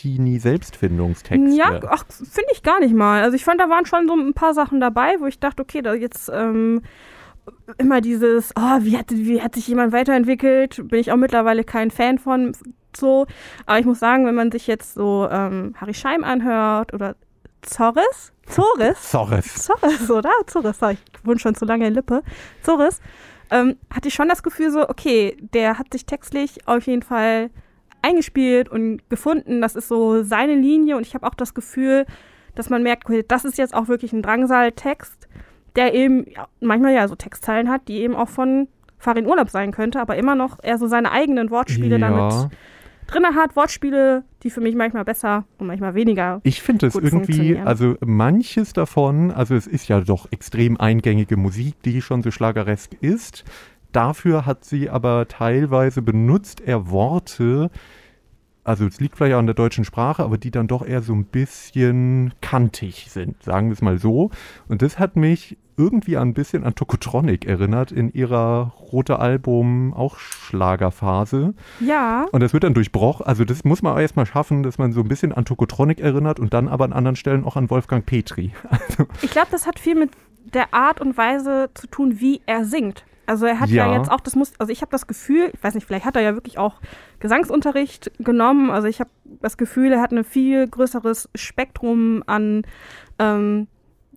Teenie-Selbstfindungstexte. Ja, ach, finde ich gar nicht mal. Also ich fand, da waren schon so ein paar Sachen dabei, wo ich dachte, okay, da jetzt ähm, immer dieses, oh, wie hat, wie hat sich jemand weiterentwickelt, bin ich auch mittlerweile kein Fan von. So, aber ich muss sagen, wenn man sich jetzt so ähm, Harry Scheim anhört oder Zorris, Zoris, Zorris. Zorris, oder? Zoris, ich wohne schon zu lange in Lippe. Zoris, ähm, hatte ich schon das Gefühl so, okay, der hat sich textlich auf jeden Fall eingespielt und gefunden, das ist so seine Linie und ich habe auch das Gefühl, dass man merkt, okay, das ist jetzt auch wirklich ein Drangsal-Text, der eben ja, manchmal ja so Textzeilen hat, die eben auch von Farin Urlaub sein könnte, aber immer noch eher so seine eigenen Wortspiele Ja. damit drin hat, Wortspiele, die für mich manchmal besser und manchmal weniger. Ich finde es gut irgendwie, funktionieren. also manches davon, also es ist ja doch extrem eingängige Musik, die schon so schlageresk ist. Dafür hat sie aber teilweise benutzt er Worte, also es liegt vielleicht auch an der deutschen Sprache, aber die dann doch eher so ein bisschen kantig sind, sagen wir es mal so. Und das hat mich irgendwie ein bisschen an Tokotronic erinnert in ihrer Rote Album auch Schlagerphase. Ja, Und das wird dann durchbrochen, also das muss man erstmal schaffen, dass man so ein bisschen an Tokotronic erinnert und dann aber an anderen Stellen auch an Wolfgang Petri. Also, ich glaube, das hat viel mit der Art und Weise zu tun, wie er singt. Also er hat ja, Ja. jetzt auch, das muss, also ich habe das Gefühl, ich weiß nicht, vielleicht hat er ja wirklich auch Gesangsunterricht genommen. Also ich habe das Gefühl, er hat ein viel größeres Spektrum an ähm,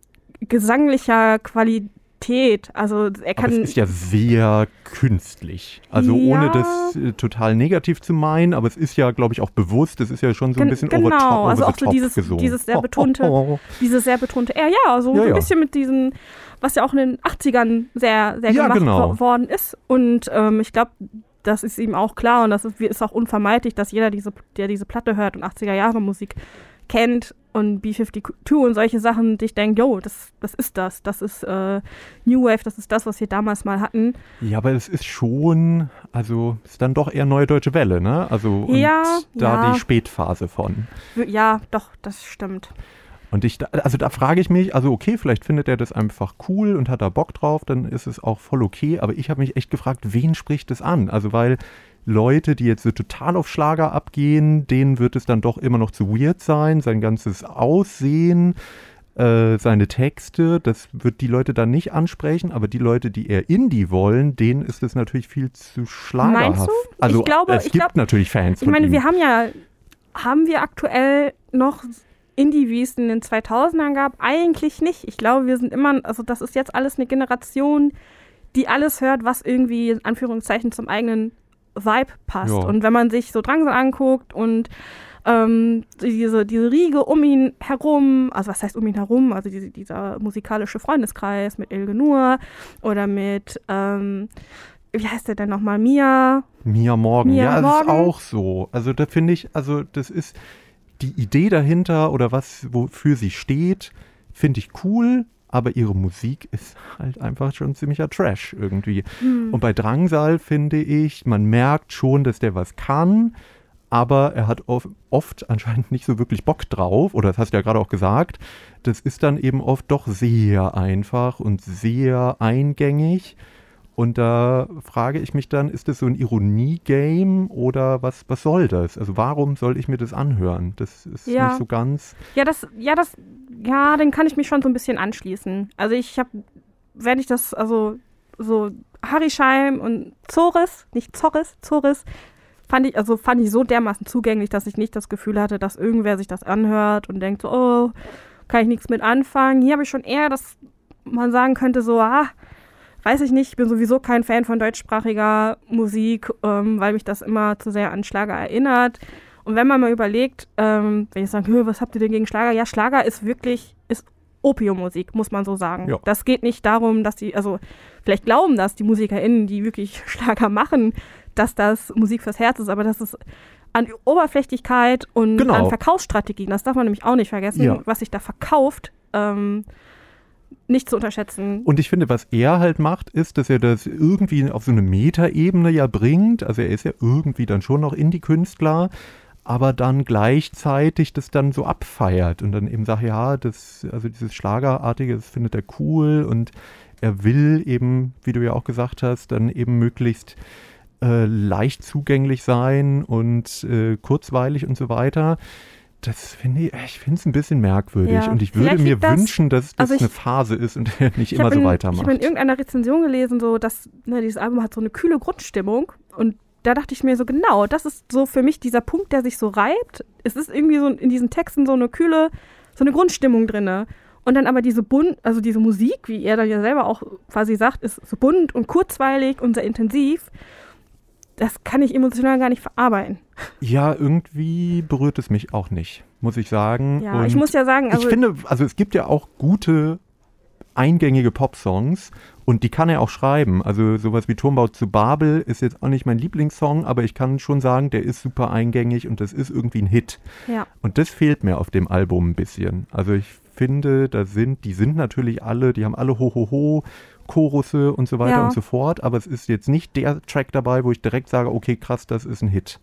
gesanglicher Qualität. Also er kann. aber es ist ja sehr künstlich. Also Ja. ohne das äh, total negativ zu meinen, aber es ist ja, glaube ich, auch bewusst, es ist ja schon so ein Gen- bisschen genau, over top, over also the auch so top dieses- gesungen. dieses sehr Ho, ho, betonte- ho. Dieses sehr betonte R, ja, so, Ja, so ein ja. bisschen mit diesen, was ja auch in den achtzigern sehr, sehr Ja, gemacht genau. wo- worden ist. Und ähm, ich glaube, das ist ihm auch klar und das ist, ist auch unvermeidlich, dass jeder, diese, der diese Platte hört und achtziger-Jahre-Musik kennt und B zweiundfünfzig und solche Sachen, dich denkt, jo, das, das ist das, das ist äh, New Wave, das ist das, was wir damals mal hatten. Ja, aber es ist schon, also es ist dann doch eher Neue Deutsche Welle, ne? Also und Ja, da ja. die Spätphase von. Ja, doch, das stimmt. Und ich, da- also da frage ich mich, also okay, vielleicht findet er das einfach cool und hat da Bock drauf, dann ist es auch voll okay. Aber ich habe mich echt gefragt, wen spricht das an? Also weil Leute, die jetzt so total auf Schlager abgehen, denen wird es dann doch immer noch zu weird sein, sein ganzes Aussehen, äh, seine Texte, das wird die Leute dann nicht ansprechen, aber die Leute, die eher Indie wollen, denen ist es natürlich viel zu schlagerhaft. Meinst du? Also Ich glaube- es ich gibt glaub- natürlich Fans Ich von meine, ihm. wir haben ja, haben wir aktuell noch Indie, wie es in den zweitausendern gab? Eigentlich nicht. Ich glaube, wir sind immer, also das ist jetzt alles eine Generation, die alles hört, was irgendwie in Anführungszeichen zum eigenen Vibe passt. Ja. Und wenn man sich so Drangsal anguckt und ähm, diese, diese Riege um ihn herum, also was heißt um ihn herum, also diese, dieser musikalische Freundeskreis mit Ilge Nur oder mit, ähm, wie heißt der denn nochmal, Mia? Mia Morgan, Mia ja, das ist Morgan. auch so. Also da finde ich, also das ist die Idee dahinter oder was, wofür sie steht, finde ich cool, aber ihre Musik ist halt einfach schon ziemlicher Trash irgendwie. Hm. Und bei Drangsal finde ich, man merkt schon, dass der was kann, aber er hat oft, oft anscheinend nicht so wirklich Bock drauf, oder das hast du ja gerade auch gesagt, das ist dann eben oft doch sehr einfach und sehr eingängig. Und da frage ich mich dann, ist das so ein Ironie-Game oder was, was soll das? Also warum soll ich mir das anhören? Das ist Ja. nicht so ganz... Ja, das, ja, das, ja, den kann ich mich schon so ein bisschen anschließen. Also ich habe, wenn ich das, also so Harry Scheim und Zoris, nicht Zorris, Zoris, fand ich, also fand ich so dermaßen zugänglich, dass ich nicht das Gefühl hatte, dass irgendwer sich das anhört und denkt so, oh, kann ich nichts mit anfangen. Hier habe ich schon eher, dass man sagen könnte so, ah, weiß ich nicht, ich bin sowieso kein Fan von deutschsprachiger Musik, ähm, weil mich das immer zu sehr an Schlager erinnert. Und wenn man mal überlegt, ähm, wenn ich sage, was habt ihr denn gegen Schlager? Ja, Schlager ist wirklich, ist Opiummusik, muss man so sagen. Ja. Das geht nicht darum, dass die, also vielleicht glauben das die MusikerInnen, die wirklich Schlager machen, dass das Musik fürs Herz ist, aber das ist an Oberflächlichkeit und genau. an Verkaufsstrategien, das darf man nämlich auch nicht vergessen, ja. was sich da verkauft, ähm, nicht zu unterschätzen. Und ich finde, was er halt macht, ist, dass er das irgendwie auf so eine Metaebene ja bringt. Also er ist ja irgendwie dann schon noch Indie-Künstler, aber dann gleichzeitig das dann so abfeiert und dann eben sagt, ja, das, also dieses Schlagerartige, das findet er cool und er will eben, wie du ja auch gesagt hast, dann eben möglichst äh, leicht zugänglich sein und äh, kurzweilig und so weiter. Das finde ich, ich finde es ein bisschen merkwürdig Ja, und ich würde vielleicht mir liegt das- wünschen, dass das also ich- eine Phase ist und er nicht Ich immer hab so in, weitermacht. Ich habe in irgendeiner Rezension gelesen, so, dass ne, dieses Album hat so eine kühle Grundstimmung und da dachte ich mir so, genau, das ist so für mich dieser Punkt, der sich so reibt. Es ist irgendwie so in diesen Texten so eine kühle, so eine Grundstimmung drin. Und dann aber diese bunt, also diese Musik, wie er dann ja selber auch quasi sagt, ist so bunt und kurzweilig und sehr intensiv. Das kann ich emotional gar nicht verarbeiten. Ja, irgendwie berührt es mich auch nicht, muss ich sagen. Ja, und ich muss ja sagen, also ich finde, also es gibt ja auch gute eingängige Popsongs und die kann er auch schreiben. Also sowas wie Turmbau zu Babel ist jetzt auch nicht mein Lieblingssong, aber ich kann schon sagen, der ist super eingängig und das ist irgendwie ein Hit. ja. Und das fehlt mir auf dem Album ein bisschen. Also ich finde, da sind, die sind natürlich alle, die haben alle Ho-Ho-Ho, Chorusse und so weiter Ja. und so fort, aber es ist jetzt nicht der Track dabei, wo ich direkt sage, okay, krass, das ist ein Hit.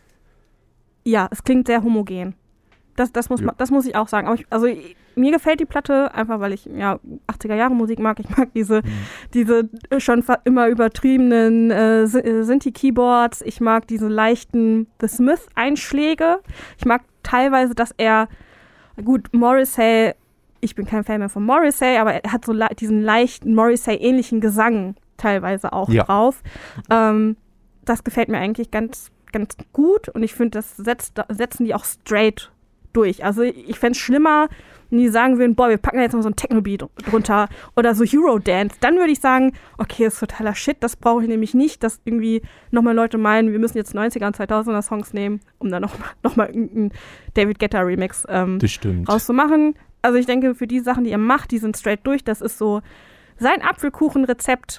Ja, es klingt sehr homogen. Das, das, muss, Ja. ma- das muss ich auch sagen. Aber ich, also ich, mir gefällt die Platte einfach, weil ich ja achtziger Jahre Musik mag. Ich mag diese, Mhm. diese schon fa- immer übertriebenen äh, Sy- äh, Synthi-Keyboards. Ich mag diese leichten The Smith-Einschläge. Ich mag teilweise, dass er, gut, Morrissey, ich bin kein Fan mehr von Morrissey, aber er hat so le- diesen leichten Morrissey-ähnlichen Gesang teilweise auch Ja. drauf. Ähm, das gefällt mir eigentlich ganz, ganz gut und ich finde, das setzt, setzen die auch straight durch. Also ich fände es schlimmer, wenn die sagen würden, boah, wir packen da jetzt mal so ein Techno-Beat drunter oder so Eurodance. Dann würde ich sagen, okay, das ist totaler Shit, das brauche ich nämlich nicht, dass irgendwie nochmal Leute meinen, wir müssen jetzt neunziger und zweitausender Songs nehmen, um dann nochmal noch mal irgendeinen David Guetta-Remix ähm, Das stimmt. rauszumachen. Also ich denke, für die Sachen, die er macht, die sind straight durch. Das ist so sein Apfelkuchenrezept,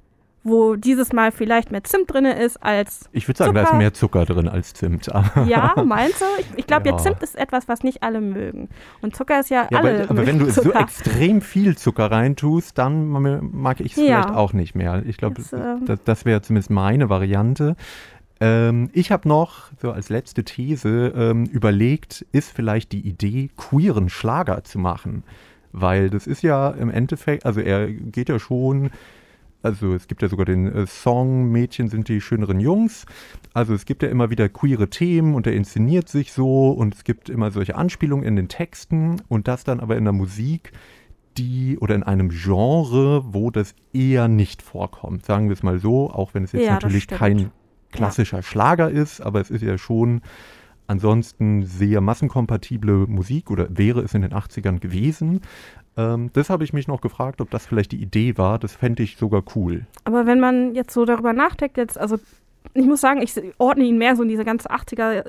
wo dieses Mal vielleicht mehr Zimt drin ist als Ich würde sagen, da ist Zucker. mehr Zucker drin als Zimt. Ja, meinst du? Ich, ich glaube, Ja. ja, Zimt ist etwas, was nicht alle mögen. Und Zucker ist ja, Ja, alle aber, aber wenn mögen du so Zucker. extrem viel Zucker reintust, dann mag ich es Ja. vielleicht auch nicht mehr. Ich glaube, Das, ähm, das, das wäre zumindest meine Variante. Ähm, ich habe noch, so als letzte These, ähm, überlegt, ist vielleicht die Idee, queeren Schlager zu machen. Weil das ist ja im Endeffekt, also er geht ja schon, also es gibt ja sogar den äh, Song Mädchen sind die schöneren Jungs. Also es gibt ja immer wieder queere Themen und er inszeniert sich so und es gibt immer solche Anspielungen in den Texten und das dann aber in der Musik, die oder in einem Genre, wo das eher nicht vorkommt. Sagen wir es mal so, auch wenn es jetzt Ja, das natürlich stimmt. kein klassischer Schlager ist, aber es ist ja schon ansonsten sehr massenkompatible Musik oder wäre es in den achtzigern gewesen. Ähm, das habe ich mich noch gefragt, ob das vielleicht die Idee war. Das fände ich sogar cool. Aber wenn man jetzt so darüber nachdenkt, jetzt, also ich muss sagen, ich ordne ihn mehr so in diese ganze achtziger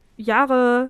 Jahre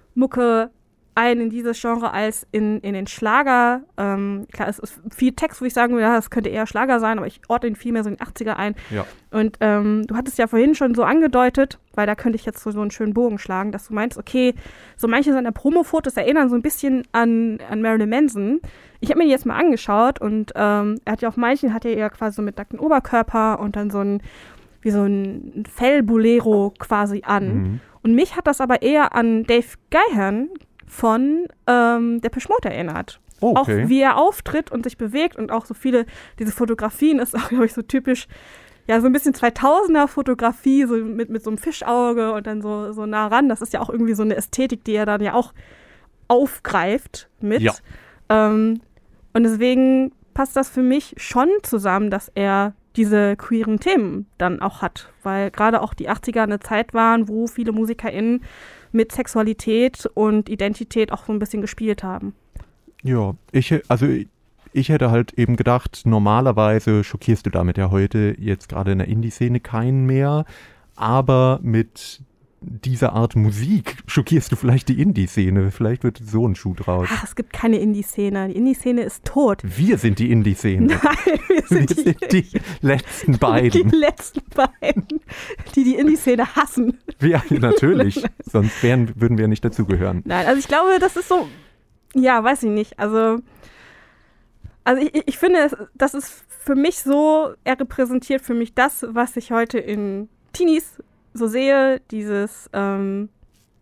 Mucke ein, in dieses Genre, als in, in den Schlager. Ähm, klar, es ist viel Text, wo ich sagen würde, ja, das könnte eher Schlager sein, aber ich ordne ihn viel mehr so in die achtziger ein. Ja. Und ähm, du hattest ja vorhin schon so angedeutet, weil da könnte ich jetzt so, so einen schönen Bogen schlagen, dass du meinst, okay, so manche seiner Promo-Fotos erinnern so ein bisschen an, an Marilyn Manson. Ich habe mir die jetzt mal angeschaut und ähm, er hat ja auf manchen, hat er ja quasi so mit nacktem Oberkörper und dann so ein, wie so ein Fell-Bolero quasi an. Mhm. Und mich hat das aber eher an Dave Gahan von ähm, Depeche Mode erinnert. Oh, okay. Auch wie er auftritt und sich bewegt und auch so viele, diese Fotografien ist auch, glaube ich, so typisch, ja, so ein bisschen zweitausender-Fotografie, so mit, mit so einem Fischauge und dann so, so nah ran. Das ist ja auch irgendwie so eine Ästhetik, die er dann ja auch aufgreift mit. Ja. Ähm, und deswegen passt das für mich schon zusammen, dass er diese queeren Themen dann auch hat. Weil gerade auch die achtziger eine Zeit waren, wo viele MusikerInnen mit Sexualität und Identität auch so ein bisschen gespielt haben. Ja, ich, hä- also ich- ich hätte halt eben gedacht, normalerweise schockierst du damit ja heute jetzt gerade in der Indie-Szene keinen mehr, aber mit dieser Art Musik schockierst du vielleicht die Indie-Szene. Vielleicht wird so ein Schuh draus. Ach, es gibt keine Indie-Szene. Die Indie-Szene ist tot. Wir sind die Indie-Szene. Nein, wir sind, wir die, sind die letzten beiden. Die letzten beiden, die die Indie-Szene hassen. Ja, natürlich. Sonst wären, würden wir nicht dazugehören. Nein, also ich glaube, das ist so, ja, weiß ich nicht. Also, also ich, ich finde, das ist für mich so, er repräsentiert für mich das, was ich heute in Teenies so sehe, dieses ähm,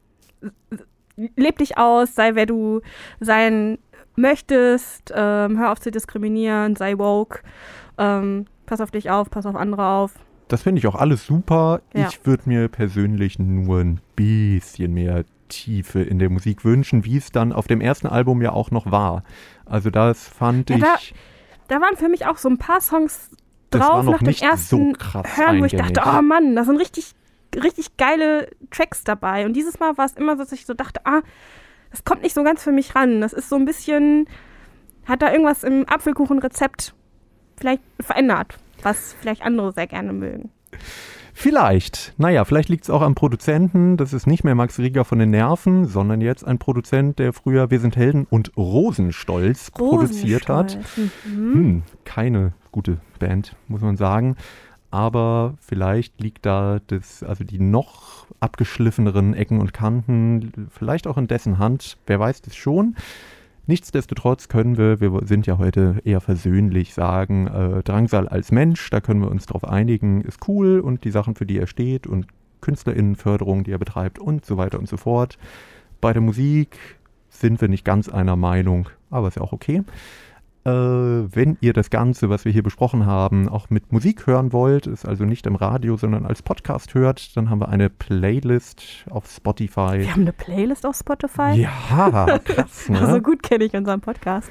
leb dich aus, sei wer du sein möchtest, ähm, hör auf zu diskriminieren, sei woke, ähm, pass auf dich auf, pass auf andere auf. Das finde ich auch alles super. Ja. Ich würde mir persönlich nur ein bisschen mehr Tiefe in der Musik wünschen, wie es dann auf dem ersten Album ja auch noch war. Also das fand ja, ich... Da, da waren für mich auch so ein paar Songs das drauf war noch nach dem nicht ersten so krass Hören, wo ich eingängig. dachte, oh Mann, da sind richtig, richtig geile Tracks dabei. Und dieses Mal war es immer so, dass ich so dachte, ah, das kommt nicht so ganz für mich ran. Das ist so ein bisschen, hat da irgendwas im Apfelkuchenrezept vielleicht verändert, was vielleicht andere sehr gerne mögen. Vielleicht. Naja, vielleicht liegt es auch am Produzenten. Das ist nicht mehr Max Rieger von den Nerven, sondern jetzt ein Produzent, der früher Wir sind Helden und Rosenstolz, produziert hat. Mhm. Hm, keine gute Band, muss man sagen. Aber vielleicht liegt da das, also die noch abgeschliffeneren Ecken und Kanten vielleicht auch in dessen Hand. Wer weiß das schon. Nichtsdestotrotz können wir, wir sind ja heute eher versöhnlich, sagen, äh, Drangsal als Mensch, da können wir uns drauf einigen, ist cool und die Sachen, für die er steht und KünstlerInnenförderung, die er betreibt und so weiter und so fort. Bei der Musik sind wir nicht ganz einer Meinung, aber ist ja auch okay. Äh, wenn ihr das Ganze, was wir hier besprochen haben, auch mit Musik hören wollt, ist also nicht im Radio, sondern als Podcast hört, dann haben wir eine Playlist auf Spotify. Wir haben eine Playlist auf Spotify? Ja, krass, ne? Also gut kenne ich unseren Podcast.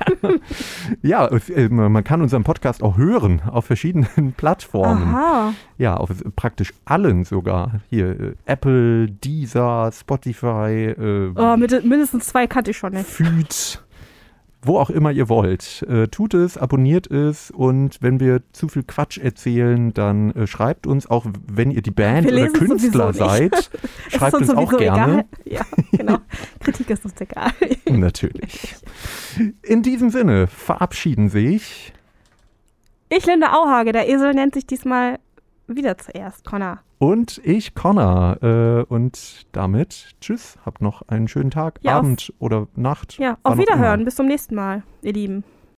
Ja, äh, man kann unseren Podcast auch hören auf verschiedenen Plattformen. Aha. Ja, auf praktisch allen sogar. Hier äh, Apple, Deezer, Spotify, äh, Oh, mit, mindestens zwei kannte ich schon nicht. Feed. Wo auch immer ihr wollt. Äh, tut es, abonniert es und wenn wir zu viel Quatsch erzählen, dann äh, schreibt uns, auch wenn ihr die Band Wir oder lesen es Künstler sowieso nicht. seid, schreibt ist uns, uns auch sowieso gerne. Egal. Ja, genau. Kritik ist uns egal. Natürlich. In diesem Sinne verabschieden sich Ich, Linda Auhage, der Esel nennt sich diesmal wieder zuerst, Connor. und ich, Connor. Äh, und damit, tschüss, habt noch einen schönen Tag, Ja, Abend oder Nacht. Ja, wann auf auch Wiederhören. immer. Bis zum nächsten Mal, ihr Lieben.